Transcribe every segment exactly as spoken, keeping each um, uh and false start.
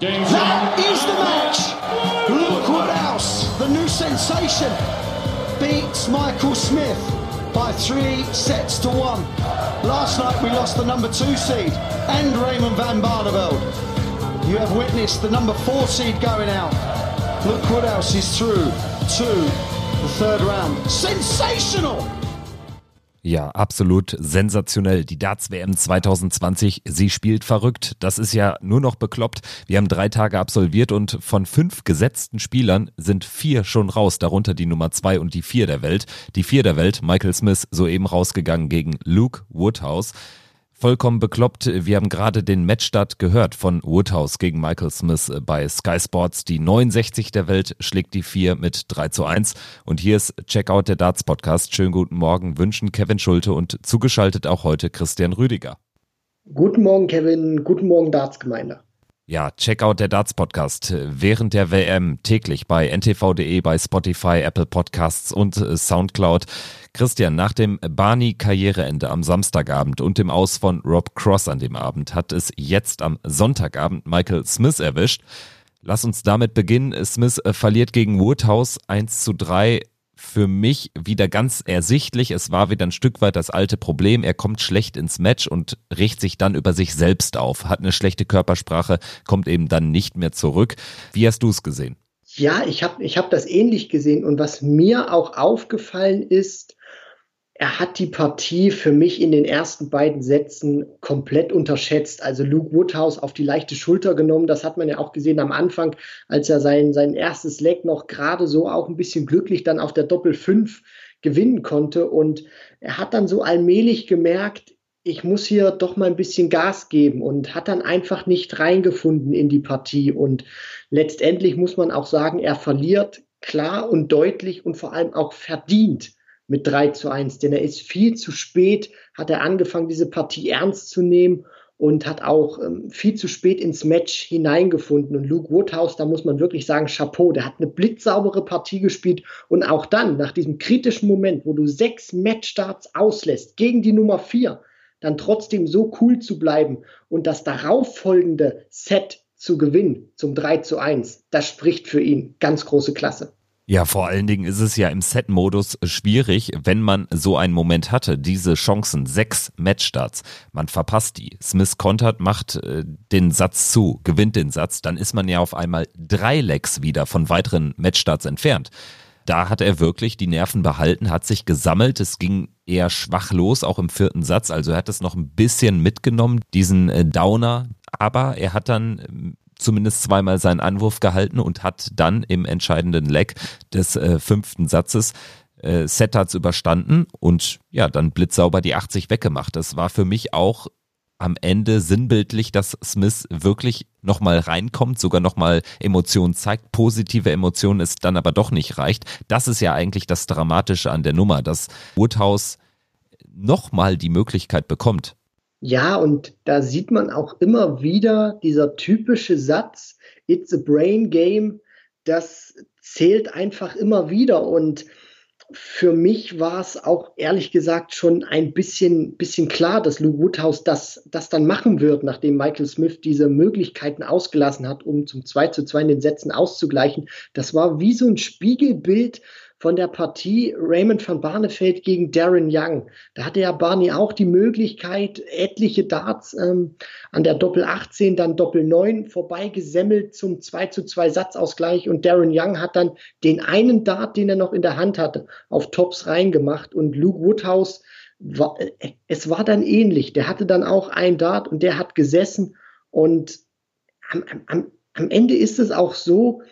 That is the match. Luke Woodhouse, the new sensation, beats Michael Smith by three sets to one. Last night we lost the number two seed and Raymond van Barneveld. You have witnessed the number four seed going out. Luke Woodhouse is through to the third round. Sensational! Ja, absolut sensationell. Die Darts-W M zwanzig zwanzig, sie spielt verrückt. Das ist ja nur noch bekloppt. Wir haben drei Tage absolviert und von fünf gesetzten Spielern sind vier schon raus, darunter die Nummer zwei und die vier der Welt. Die vier der Welt, Michael Smith, soeben rausgegangen gegen Luke Woodhouse. Vollkommen bekloppt. Wir haben gerade den Matchstart gehört von Woodhouse gegen Michael Smith bei Sky Sports. Die neunundsechzig der Welt schlägt die vier mit drei zu eins. Und hier ist Checkout der Darts Podcast. Schönen guten Morgen wünschen Kevin Schulte und zugeschaltet auch heute Christian Rüdiger. Guten Morgen Kevin, guten Morgen Darts-Gemeinde. Ja, Checkout der Darts Podcast während der W M täglich bei N T V punkt de, bei Spotify, Apple Podcasts und Soundcloud. Christian, nach dem Barney-Karriereende am Samstagabend und dem Aus von Rob Cross an dem Abend hat es jetzt am Sonntagabend Michael Smith erwischt. Lass uns damit beginnen. Smith verliert gegen Woodhouse eins zu drei. Für mich wieder ganz ersichtlich, es war wieder ein Stück weit das alte Problem, er kommt schlecht ins Match und regt sich dann über sich selbst auf, hat eine schlechte Körpersprache, kommt eben dann nicht mehr zurück. Wie hast du es gesehen? Ja, ich habe ich hab das ähnlich gesehen und was mir auch aufgefallen ist, er hat die Partie für mich in den ersten beiden Sätzen komplett unterschätzt. Also Luke Woodhouse auf die leichte Schulter genommen. Das hat man ja auch gesehen am Anfang, als er sein, sein erstes Leg noch gerade so auch ein bisschen glücklich dann auf der Doppel fünf gewinnen konnte. Und er hat dann so allmählich gemerkt, ich muss hier doch mal ein bisschen Gas geben und hat dann einfach nicht reingefunden in die Partie. Und letztendlich muss man auch sagen, er verliert klar und deutlich und vor allem auch verdient mit drei zu eins, denn er ist viel zu spät, hat er angefangen, diese Partie ernst zu nehmen und hat auch ähm, viel zu spät ins Match hineingefunden. Und Luke Woodhouse, da muss man wirklich sagen, Chapeau, der hat eine blitzsaubere Partie gespielt und auch dann, nach diesem kritischen Moment, wo du sechs Matchstarts auslässt gegen die Nummer vier, dann trotzdem so cool zu bleiben und das darauffolgende Set zu gewinnen zum drei zu eins, das spricht für ihn. Ganz große Klasse. Ja, vor allen Dingen ist es ja im Set-Modus schwierig, wenn man so einen Moment hatte, diese Chancen, sechs Matchstarts, man verpasst die. Smith kontert, macht äh, den Satz zu, gewinnt den Satz, dann ist man ja auf einmal drei Legs wieder von weiteren Matchstarts entfernt. Da hat er wirklich die Nerven behalten, hat sich gesammelt, es ging eher schwach los, auch im vierten Satz, also er hat es noch ein bisschen mitgenommen, diesen äh, Downer, aber er hat dann äh, zumindest zweimal seinen Anwurf gehalten und hat dann im entscheidenden Leg des äh, fünften Satzes äh, Set-Darts überstanden und ja, dann blitzsauber die achtzig weggemacht. Das war für mich auch am Ende sinnbildlich, dass Smith wirklich nochmal reinkommt, sogar nochmal Emotionen zeigt, positive Emotionen, es dann aber doch nicht reicht. Das ist ja eigentlich das Dramatische an der Nummer, dass Woodhouse nochmal die Möglichkeit bekommt. Ja, und da sieht man auch immer wieder dieser typische Satz, it's a brain game, das zählt einfach immer wieder. Und für mich war es auch ehrlich gesagt schon ein bisschen, bisschen klar, dass Luke Woodhouse das, das dann machen wird, nachdem Michael Smith diese Möglichkeiten ausgelassen hat, um zum zwei zu zwei in den Sätzen auszugleichen. Das war wie so ein Spiegelbild von der Partie Raymond van Barneveld gegen Darren Young. Da hatte ja Barney auch die Möglichkeit, etliche Darts ähm, an der Doppel achtzehn, dann Doppel neun vorbeigesemmelt zum zwei zu zwei Satzausgleich und Darren Young hat dann den einen Dart, den er noch in der Hand hatte, auf Tops reingemacht und Luke Woodhouse, war, äh, es war dann ähnlich. Der hatte dann auch einen Dart und der hat gesessen und am, am, am Ende ist es auch so,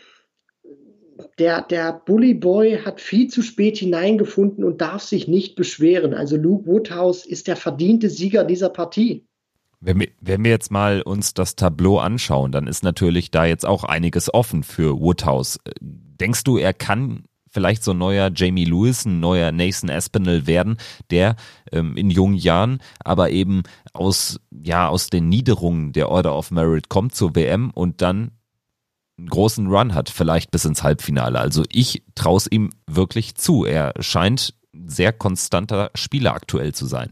Der, der Bully Boy hat viel zu spät hineingefunden und darf sich nicht beschweren. Also Luke Woodhouse ist der verdiente Sieger dieser Partie. Wenn wir, wenn wir jetzt mal uns das Tableau anschauen, dann ist natürlich da jetzt auch einiges offen für Woodhouse. Denkst du, er kann vielleicht so ein neuer Jamie Lewis, ein neuer Nathan Aspinall werden, der ähm, in jungen Jahren aber eben aus, ja, aus den Niederungen der Order of Merit kommt zur W M und dann einen großen Run hat, vielleicht bis ins Halbfinale. Also ich traue es ihm wirklich zu. Er scheint ein sehr konstanter Spieler aktuell zu sein.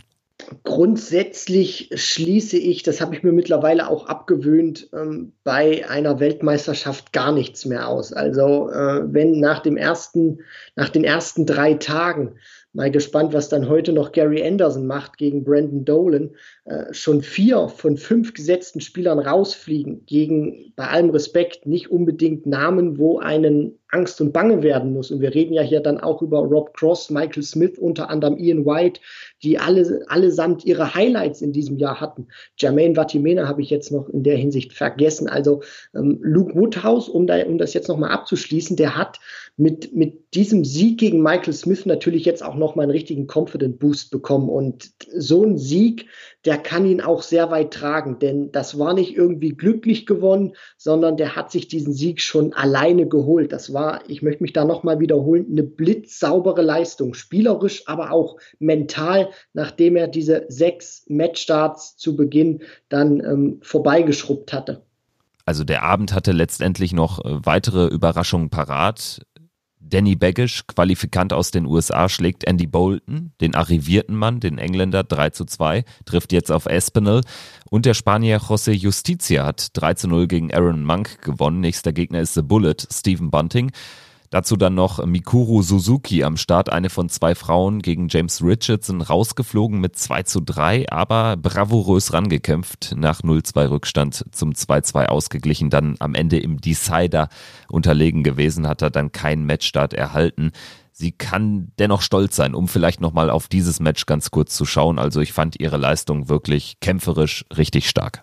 Grundsätzlich schließe ich, das habe ich mir mittlerweile auch abgewöhnt, ähm, bei einer Weltmeisterschaft gar nichts mehr aus. Also äh, wenn nach dem ersten, nach den ersten drei Tagen, mal gespannt, was dann heute noch Gary Anderson macht gegen Brandon Dolan, äh, schon vier von fünf gesetzten Spielern rausfliegen, gegen, bei allem Respekt, nicht unbedingt Namen, wo einen Angst und Bange werden muss. Und wir reden ja hier dann auch über Rob Cross, Michael Smith, unter anderem Ian White, die alle allesamt ihre Highlights in diesem Jahr hatten. Jermaine Vatimena habe ich jetzt noch in der Hinsicht vergessen. Also ähm, Luke Woodhouse, um, da, um das jetzt nochmal abzuschließen, der hat mit, mit diesem Sieg gegen Michael Smith natürlich jetzt auch nochmal einen richtigen Confident Boost bekommen. Und so ein Sieg, der kann ihn auch sehr weit tragen, denn das war nicht irgendwie glücklich gewonnen, sondern der hat sich diesen Sieg schon alleine geholt. Das war, ich möchte mich da nochmal wiederholen, eine blitzsaubere Leistung, spielerisch, aber auch mental, nachdem er diese sechs Matchstarts zu Beginn dann ähm, vorbeigeschrubbt hatte. Also der Abend hatte letztendlich noch weitere Überraschungen parat. Danny Baggish, Qualifikant aus den U S A, schlägt Andy Bolton, den arrivierten Mann, den Engländer, drei zu zwei, trifft jetzt auf Espinel. Und der Spanier José Justicia hat drei zu null gegen Aaron Monk gewonnen. Nächster Gegner ist The Bullet, Stephen Bunting. Dazu dann noch Mikuru Suzuki am Start, eine von zwei Frauen gegen James Richardson, rausgeflogen mit zwei zu drei, aber bravourös rangekämpft, nach null zwei Rückstand zum zwei zwei ausgeglichen, dann am Ende im Decider unterlegen gewesen, hat er dann keinen Matchstart erhalten. Sie kann dennoch stolz sein, um vielleicht nochmal auf dieses Match ganz kurz zu schauen. Also ich fand ihre Leistung wirklich kämpferisch richtig stark.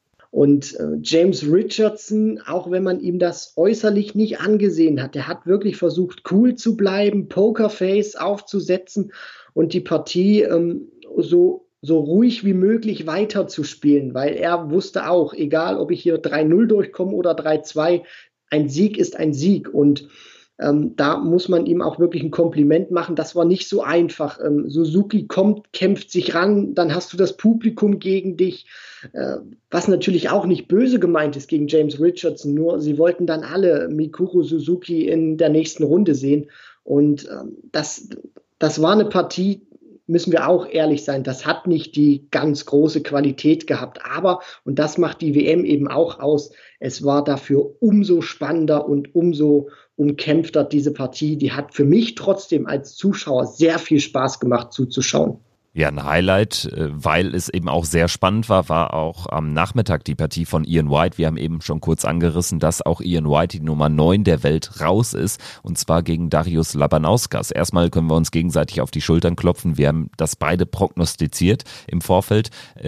Und äh, James Richardson, auch wenn man ihm das äußerlich nicht angesehen hat, der hat wirklich versucht, cool zu bleiben, Pokerface aufzusetzen und die Partie ähm, so, so ruhig wie möglich weiterzuspielen, weil er wusste auch, egal ob ich hier drei null durchkomme oder drei zwei, ein Sieg ist ein Sieg. Und Ähm, da muss man ihm auch wirklich ein Kompliment machen. Das war nicht so einfach. Ähm, Suzuki kommt, kämpft sich ran, dann hast du das Publikum gegen dich, äh, was natürlich auch nicht böse gemeint ist gegen James Richardson, nur sie wollten dann alle Mikuru Suzuki in der nächsten Runde sehen. Und ähm, das, das war eine Partie, müssen wir auch ehrlich sein, das hat nicht die ganz große Qualität gehabt. Aber, und das macht die W M eben auch aus, es war dafür umso spannender und umso umkämpfter diese Partie. Die hat für mich trotzdem als Zuschauer sehr viel Spaß gemacht zuzuschauen. Ja, ein Highlight, weil es eben auch sehr spannend war, war auch am Nachmittag die Partie von Ian White. Wir haben eben schon kurz angerissen, dass auch Ian White die Nummer neun der Welt raus ist, und zwar gegen Darius Labanauskas. Erstmal können wir uns gegenseitig auf die Schultern klopfen. Wir haben das beide prognostiziert im Vorfeld,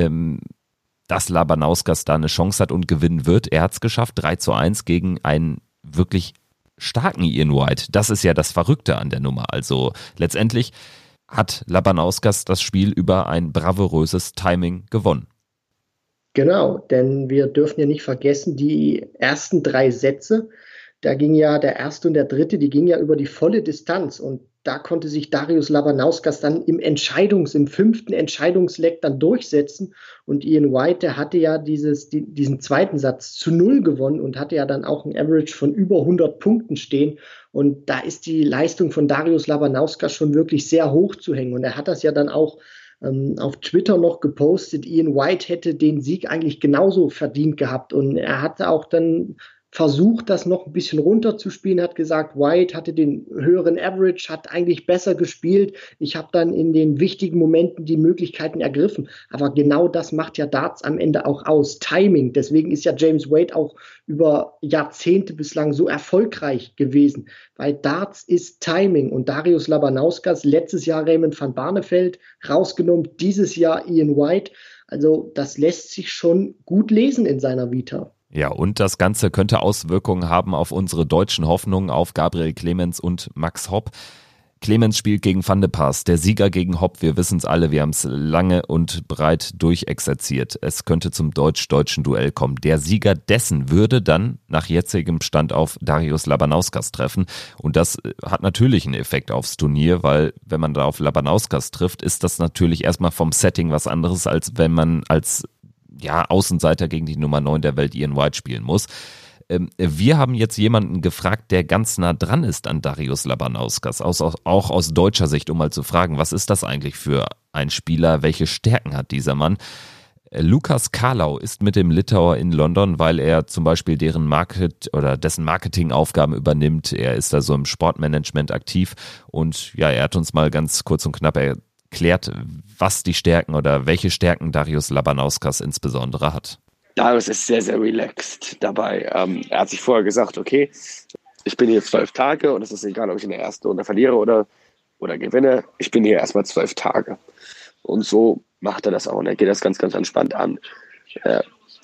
dass Labanauskas da eine Chance hat und gewinnen wird. Er hat es geschafft, drei zu eins gegen einen wirklich starken Ian White. Das ist ja das Verrückte an der Nummer. Also letztendlich hat Labanauskas das Spiel über ein bravouröses Timing gewonnen. Genau, denn wir dürfen ja nicht vergessen, die ersten drei Sätze, da ging ja der erste und der dritte, die ging ja über die volle Distanz, und da konnte sich Darius Labanauskas dann im Entscheidungs-, im fünften Entscheidungsleck dann durchsetzen, und Ian White, der hatte ja dieses, die, diesen zweiten Satz zu null gewonnen und hatte ja dann auch ein Average von über hundert Punkten stehen, und da ist die Leistung von Darius Labanauskas schon wirklich sehr hoch zu hängen, und er hat das ja dann auch ähm, auf Twitter noch gepostet. Ian White hätte den Sieg eigentlich genauso verdient gehabt, und er hatte auch dann versucht, das noch ein bisschen runterzuspielen, hat gesagt, White hatte den höheren Average, hat eigentlich besser gespielt. Ich habe dann in den wichtigen Momenten die Möglichkeiten ergriffen. Aber genau das macht ja Darts am Ende auch aus. Timing. Deswegen ist ja James Wade auch über Jahrzehnte bislang so erfolgreich gewesen. Weil Darts ist Timing. Und Darius Labanauskas, letztes Jahr Raymond van Barneveld rausgenommen, dieses Jahr Ian White. Also das lässt sich schon gut lesen in seiner Vita. Ja, und das Ganze könnte Auswirkungen haben auf unsere deutschen Hoffnungen, auf Gabriel Clemens und Max Hopp. Clemens spielt gegen Van de Paas, der Sieger gegen Hopp, wir wissen es alle, wir haben es lange und breit durchexerziert. Es könnte zum deutsch-deutschen Duell kommen. Der Sieger dessen würde dann nach jetzigem Stand auf Darius Labanauskas treffen, und das hat natürlich einen Effekt aufs Turnier, weil wenn man da auf Labanauskas trifft, ist das natürlich erstmal vom Setting was anderes, als wenn man als ja, Außenseiter gegen die Nummer neun der Welt Ian White spielen muss. Ähm, wir haben jetzt jemanden gefragt, der ganz nah dran ist an Darius Labanauskas, aus, auch aus deutscher Sicht, um mal zu fragen, was ist das eigentlich für ein Spieler? Welche Stärken hat dieser Mann? Lukas Karlau ist mit dem Litauer in London, weil er zum Beispiel deren Market oder dessen Marketingaufgaben übernimmt. Er ist da so im Sportmanagement aktiv und ja, er hat uns mal ganz kurz und knapp erklärt, was die Stärken oder welche Stärken Darius Labanauskas insbesondere hat. Darius ist sehr, sehr relaxed dabei. Ähm, er hat sich vorher gesagt, okay, ich bin hier zwölf Tage und es ist egal, ob ich in der ersten Runde verliere oder, oder gewinne. Ich bin hier erstmal zwölf Tage. Und so macht er das auch und er geht das ganz, ganz entspannt an. Er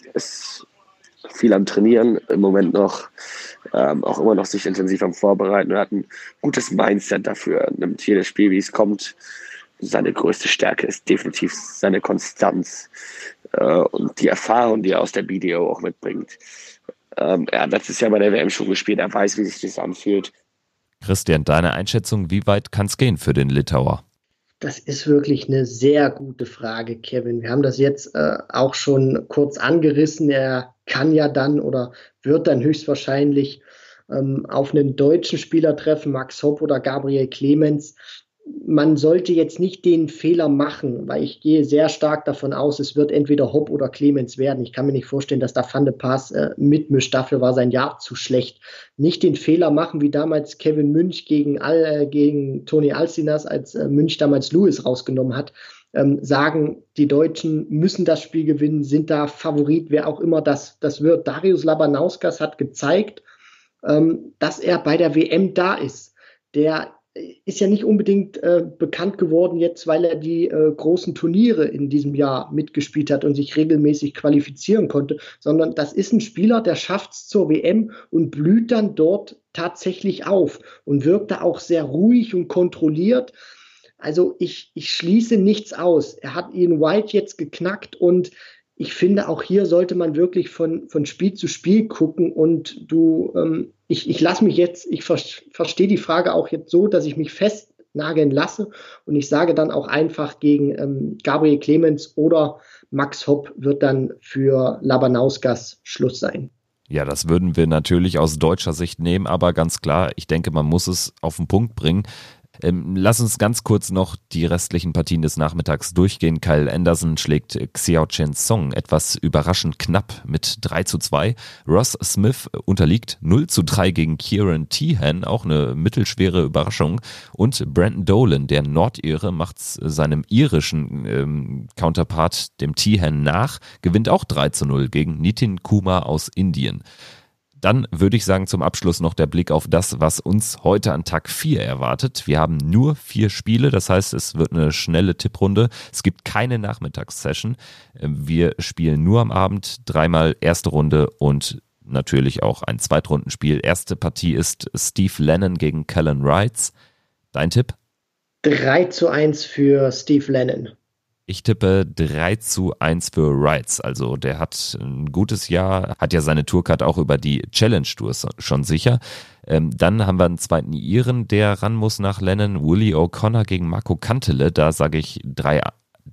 ist viel am Trainieren im Moment noch, ähm, auch immer noch sich intensiv am Vorbereiten und hat ein gutes Mindset dafür. Er nimmt jedes Spiel, wie es kommt. Seine größte Stärke ist definitiv seine Konstanz äh, und die Erfahrung, die er aus der B D O auch mitbringt. Ähm, er hat letztes Jahr bei der W M schon gespielt, er weiß, wie sich das anfühlt. Christian, deine Einschätzung, wie weit kann es gehen für den Litauer? Das ist wirklich eine sehr gute Frage, Kevin. Wir haben das jetzt äh, auch schon kurz angerissen. Er kann ja dann oder wird dann höchstwahrscheinlich ähm, auf einen deutschen Spieler treffen, Max Hopp oder Gabriel Clemens. Man sollte jetzt nicht den Fehler machen, weil ich gehe sehr stark davon aus, es wird entweder Hopp oder Clemens werden. Ich kann mir nicht vorstellen, dass da Van de Paas äh, mitmischt. Dafür war sein Jahr zu schlecht. Nicht den Fehler machen, wie damals Kevin Münch gegen, Al, äh, gegen Toni Alcinas, als äh, Münch damals Lewis rausgenommen hat. Ähm, sagen, die Deutschen müssen das Spiel gewinnen, sind da Favorit, wer auch immer das, das wird. Darius Labanauskas hat gezeigt, ähm, dass er bei der W M da ist. Der ist ja nicht unbedingt äh, bekannt geworden jetzt, weil er die äh, großen Turniere in diesem Jahr mitgespielt hat und sich regelmäßig qualifizieren konnte, sondern das ist ein Spieler, der schafft es zur W M und blüht dann dort tatsächlich auf und wirkt da auch sehr ruhig und kontrolliert. Also ich, ich schließe nichts aus. Er hat Ian White jetzt geknackt und ich finde, auch hier sollte man wirklich von, von Spiel zu Spiel gucken und du, ähm, ich, ich lasse mich jetzt, ich ver- verstehe die Frage auch jetzt so, dass ich mich festnageln lasse und ich sage dann auch einfach gegen ähm, Gabriel Clemens oder Max Hopp wird dann für Labanauskas Schluss sein. Ja, das würden wir natürlich aus deutscher Sicht nehmen, aber ganz klar, ich denke, man muss es auf den Punkt bringen. Ähm, lass uns ganz kurz noch die restlichen Partien des Nachmittags durchgehen. Kyle Anderson schlägt Xiao Chen Song etwas überraschend knapp mit drei zu zwei. Ross Smith unterliegt null zu drei gegen Kieran Tehan, auch eine mittelschwere Überraschung. Und Brandon Dolan, der Nordire, macht seinem irischen ähm, Counterpart, dem Tehan, nach, gewinnt auch drei zu null gegen Nitin Kumar aus Indien. Dann würde ich sagen, zum Abschluss noch der Blick auf das, was uns heute an Tag vier erwartet. Wir haben nur vier Spiele, das heißt, es wird eine schnelle Tipprunde. Es gibt keine Nachmittagssession. Wir spielen nur am Abend, dreimal erste Runde und natürlich auch ein Zweitrundenspiel. Erste Partie ist Steve Lennon gegen Callan Wrights. Dein Tipp? drei zu eins für Steve Lennon. Ich tippe drei zu eins für Wrights. Also der hat ein gutes Jahr, hat ja seine Tourcard auch über die Challenge Tours schon sicher. Ähm, dann haben wir einen zweiten Iren, der ran muss nach Lennon. Willie O'Connor gegen Marco Kantele. Da sage ich drei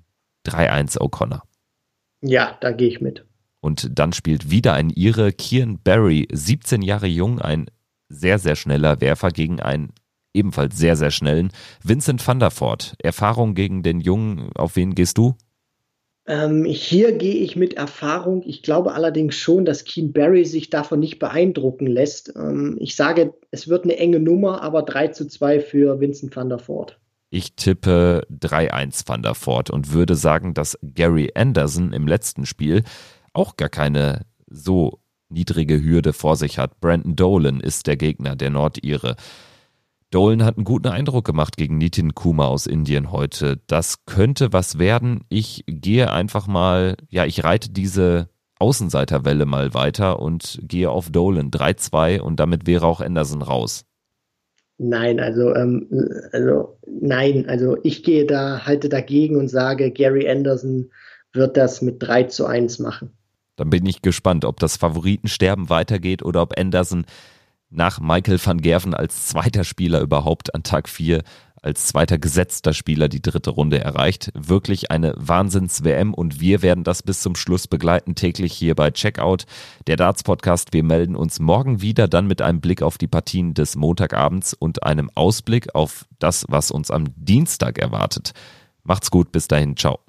eins O'Connor. Ja, da gehe ich mit. Und dann spielt wieder ein Ire, Cian Barry, siebzehn Jahre jung, ein sehr, sehr schneller Werfer gegen einen ebenfalls sehr, sehr schnellen Vincent van der Voort. Erfahrung gegen den Jungen, auf wen gehst du? Ähm, hier gehe ich mit Erfahrung. Ich glaube allerdings schon, dass Cian Barry sich davon nicht beeindrucken lässt. Ähm, ich sage, es wird eine enge Nummer, aber drei zu zwei für Vincent van der Voort. Ich tippe drei eins Van der Voort und würde sagen, dass Gary Anderson im letzten Spiel auch gar keine so niedrige Hürde vor sich hat. Brandon Dolan ist der Gegner, der Nordire. Dolan hat einen guten Eindruck gemacht gegen Nitin Kumar aus Indien heute. Das könnte was werden. Ich gehe einfach mal, ja, ich reite diese Außenseiterwelle mal weiter und gehe auf Dolan drei zwei und damit wäre auch Anderson raus. Nein, also, ähm, also nein, also ich gehe da, halte dagegen und sage, Gary Anderson wird das mit drei zu eins machen. Dann bin ich gespannt, ob das Favoritensterben weitergeht oder ob Anderson nach Michael van Gerven als zweiter Spieler überhaupt an Tag vier, als zweiter gesetzter Spieler die dritte Runde erreicht. Wirklich eine Wahnsinns-W M und wir werden das bis zum Schluss begleiten, täglich hier bei Checkout, der Darts-Podcast. Wir melden uns morgen wieder, dann mit einem Blick auf die Partien des Montagabends und einem Ausblick auf das, was uns am Dienstag erwartet. Macht's gut, bis dahin, ciao.